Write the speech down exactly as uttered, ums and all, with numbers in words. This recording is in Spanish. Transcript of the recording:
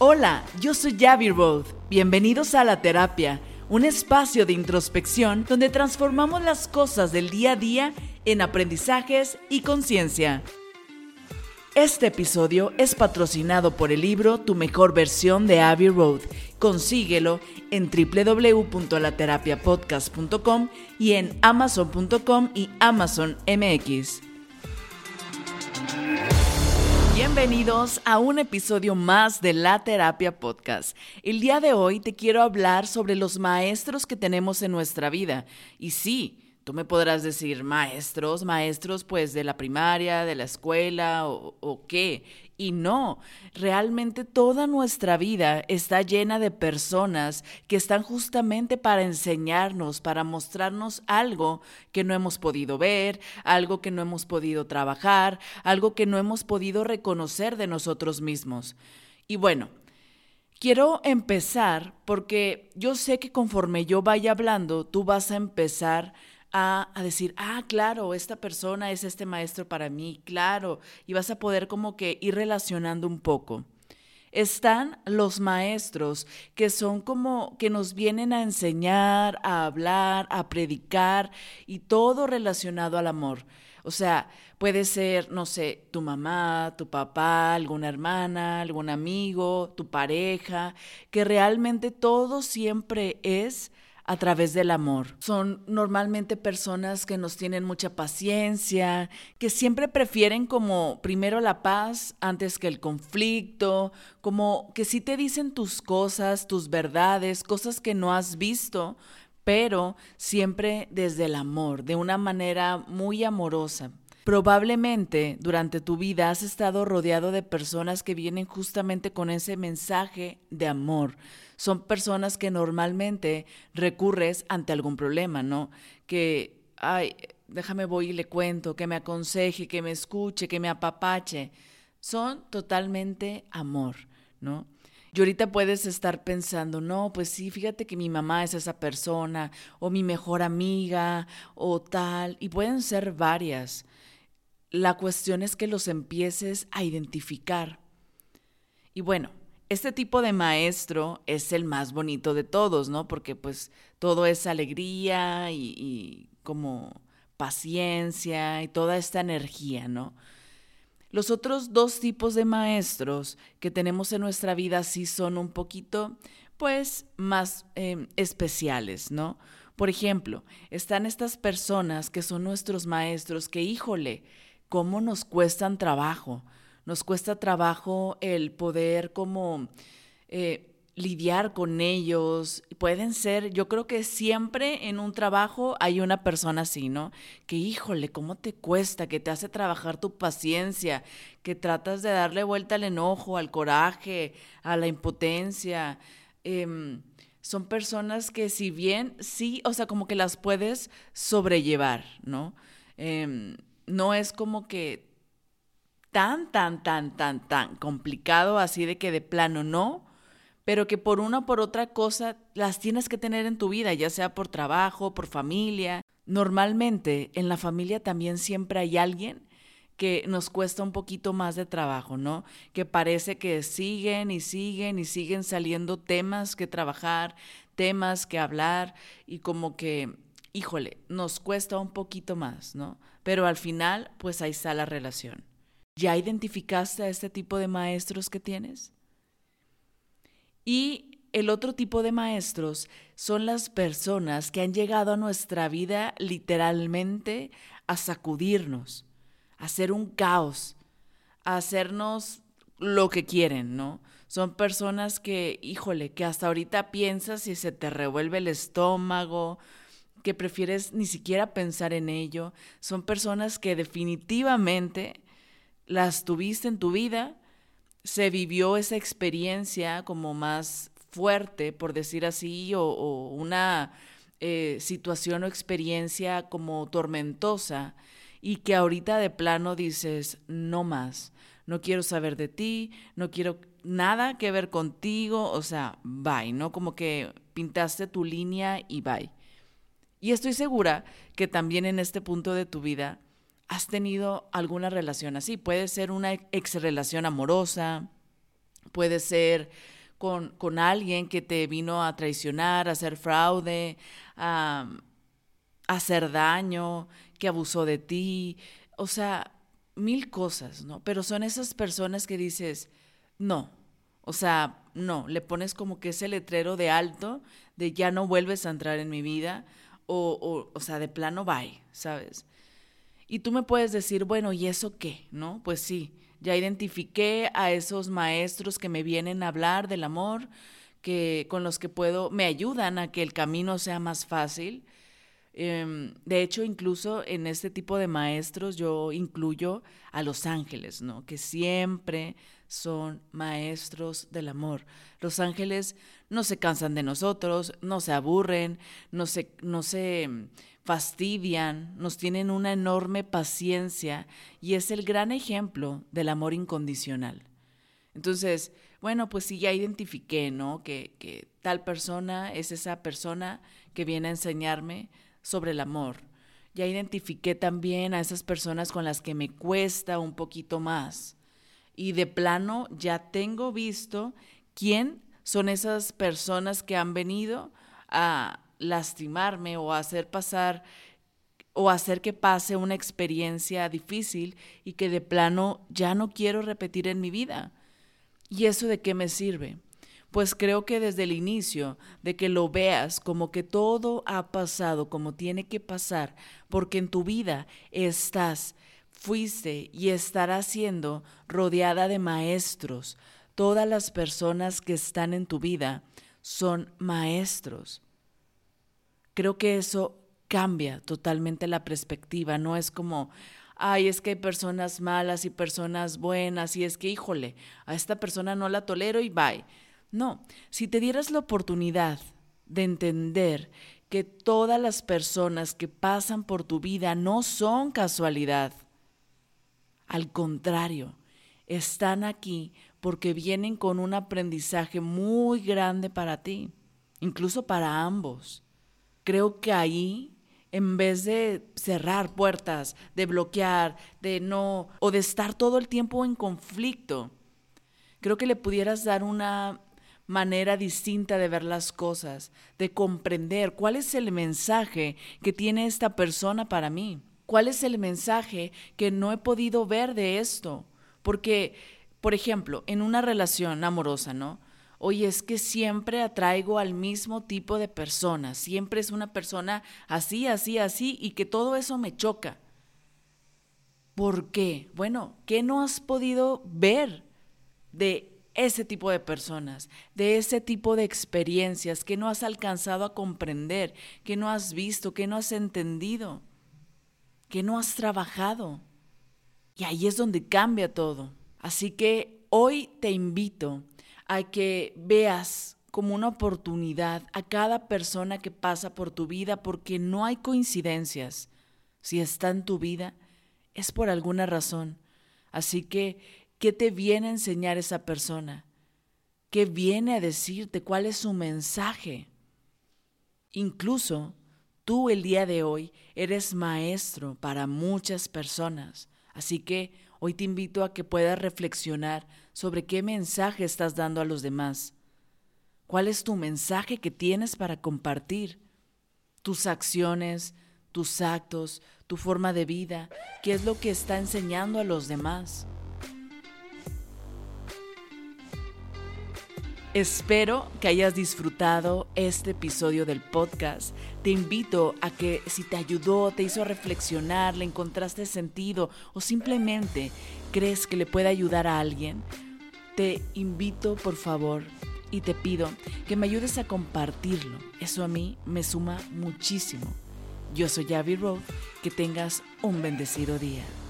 Hola, yo soy Javi Roth. Bienvenidos a La Terapia, un espacio de introspección donde transformamos las cosas del día a día en aprendizajes y conciencia. Este episodio es patrocinado por el libro Tu mejor versión de Abbey Road. Consíguelo en doble u doble u doble u punto la terapia podcast punto com y en amazon punto com y Amazon M X. Bienvenidos a un episodio más de La Terapia Podcast. El día de hoy te quiero hablar sobre los maestros que tenemos en nuestra vida. Y sí, tú me podrás decir, maestros, maestros pues de la primaria, de la escuela o, o qué. Y no, realmente toda nuestra vida está llena de personas que están justamente para enseñarnos, para mostrarnos algo que no hemos podido ver, algo que no hemos podido trabajar, algo que no hemos podido reconocer de nosotros mismos. Y bueno, quiero empezar porque yo sé que conforme yo vaya hablando, tú vas a empezar A, a decir, ah, claro, esta persona es este maestro para mí, claro, y vas a poder como que ir relacionando un poco. Están los maestros que son como que nos vienen a enseñar, a hablar, a predicar y todo relacionado al amor. O sea, puede ser, no sé, tu mamá, tu papá, alguna hermana, algún amigo, tu pareja, que realmente todo siempre es a través del amor. Son normalmente personas que nos tienen mucha paciencia, que siempre prefieren como primero la paz antes que el conflicto, como que sí te dicen tus cosas, tus verdades, cosas que no has visto, pero siempre desde el amor, de una manera muy amorosa. Probablemente durante tu vida has estado rodeado de personas que vienen justamente con ese mensaje de amor. Son personas que normalmente recurres ante algún problema, ¿no? Que, ay, déjame voy y le cuento, que me aconseje, que me escuche, que me apapache. Son totalmente amor, ¿no? Y ahorita puedes estar pensando, no, pues sí, fíjate que mi mamá es esa persona, o mi mejor amiga, o tal, y pueden ser varias. La cuestión es que los empieces a identificar. Y bueno, este tipo de maestro es el más bonito de todos, ¿no? Porque pues todo es alegría y, y como paciencia y toda esta energía, ¿no? Los otros dos tipos de maestros que tenemos en nuestra vida sí son un poquito, pues, más eh, especiales, ¿no? Por ejemplo, están estas personas que son nuestros maestros que, híjole, cómo nos cuestan trabajo. Nos cuesta trabajo el poder como eh, lidiar con ellos. Pueden ser, yo creo que siempre en un trabajo hay una persona así, ¿no? Que híjole, cómo te cuesta, que te hace trabajar tu paciencia, que tratas de darle vuelta al enojo, al coraje, a la impotencia. Eh, son personas que si bien sí, o sea, como que las puedes sobrellevar, ¿no? Eh, no es como que tan, tan, tan, tan, tan complicado así de que de plano no, pero que por una o por otra cosa las tienes que tener en tu vida, ya sea por trabajo, por familia. Normalmente en la familia también siempre hay alguien que nos cuesta un poquito más de trabajo, ¿no? Que parece que siguen y siguen y siguen saliendo temas que trabajar, temas que hablar y como que, híjole, nos cuesta un poquito más, ¿no? Pero al final, pues ahí está la relación. ¿Ya identificaste a este tipo de maestros que tienes? Y el otro tipo de maestros son las personas que han llegado a nuestra vida literalmente a sacudirnos, a hacer un caos, a hacernos lo que quieren, ¿no? Son personas que, híjole, que hasta ahorita piensas y se te revuelve el estómago, que prefieres ni siquiera pensar en ello. Son personas que definitivamente las tuviste en tu vida, se vivió esa experiencia como más fuerte, por decir así, o, o una eh, situación o experiencia como tormentosa y que ahorita de plano dices, no más, no quiero saber de ti, no quiero nada que ver contigo, o sea, bye, ¿no? Como que pintaste tu línea y bye. Y estoy segura que también en este punto de tu vida has tenido alguna relación así. Puede ser una ex relación amorosa, puede ser con, con alguien que te vino a traicionar, a hacer fraude, a, a hacer daño, que abusó de ti, o sea, mil cosas, ¿no? Pero son esas personas que dices, no, o sea, no, le pones como que ese letrero de alto, de ya no vuelves a entrar en mi vida, o, o, o sea, de plano bye, ¿sabes? Y tú me puedes decir, bueno, ¿y eso qué? ¿No? Pues sí, ya identifiqué a esos maestros que me vienen a hablar del amor, que, con los que puedo, me ayudan a que el camino sea más fácil. Eh, de hecho, incluso en este tipo de maestros yo incluyo a los ángeles, ¿no? Que siempre son maestros del amor. Los ángeles no se cansan de nosotros, no se aburren, no se, no se fastidian, nos tienen una enorme paciencia y es el gran ejemplo del amor incondicional. Entonces, bueno, pues sí, ya identifiqué, ¿no? Que, que tal persona es esa persona que viene a enseñarme sobre el amor. Ya identifiqué también a esas personas con las que me cuesta un poquito más. Y de plano ya tengo visto quién son esas personas que han venido a lastimarme o a hacer pasar o hacer que pase una experiencia difícil y que de plano ya no quiero repetir en mi vida. ¿Y eso de qué me sirve? Pues creo que desde el inicio, de que lo veas como que todo ha pasado como tiene que pasar, porque en tu vida estás, fuiste y estarás siendo rodeada de maestros. Todas las personas que están en tu vida son maestros. Creo que eso cambia totalmente la perspectiva, no es como, ay, es que hay personas malas y personas buenas, y es que, híjole, a esta persona no la tolero y bye. No, si te dieras la oportunidad de entender que todas las personas que pasan por tu vida no son casualidad, al contrario, están aquí porque vienen con un aprendizaje muy grande para ti, incluso para ambos. Creo que ahí, en vez de cerrar puertas, de bloquear, de no, o de estar todo el tiempo en conflicto, creo que le pudieras dar una manera distinta de ver las cosas, de comprender cuál es el mensaje que tiene esta persona para mí, cuál es el mensaje que no he podido ver de esto. Porque, por ejemplo, en una relación amorosa, ¿no? Oye, es que siempre atraigo al mismo tipo de persona, siempre es una persona así, así, así, y que todo eso me choca. ¿Por qué? Bueno, ¿qué no has podido ver de ese tipo de personas, de ese tipo de experiencias que no has alcanzado a comprender, que no has visto, que no has entendido, que no has trabajado? Y ahí es donde cambia todo. Así que hoy te invito a que veas como una oportunidad a cada persona que pasa por tu vida, porque no hay coincidencias. Si está en tu vida, es por alguna razón. Así que, ¿qué te viene a enseñar esa persona? ¿Qué viene a decirte? ¿Cuál es su mensaje? Incluso tú el día de hoy eres maestro para muchas personas. Así que hoy te invito a que puedas reflexionar sobre qué mensaje estás dando a los demás. ¿Cuál es tu mensaje que tienes para compartir? Tus acciones, tus actos, tu forma de vida, ¿qué es lo que está enseñando a los demás? Espero que hayas disfrutado este episodio del podcast. Te invito a que si te ayudó, te hizo reflexionar, le encontraste sentido o simplemente crees que le puede ayudar a alguien, te invito por favor y te pido que me ayudes a compartirlo. Eso a mí me suma muchísimo. Yo soy Abby Roth. Que tengas un bendecido día.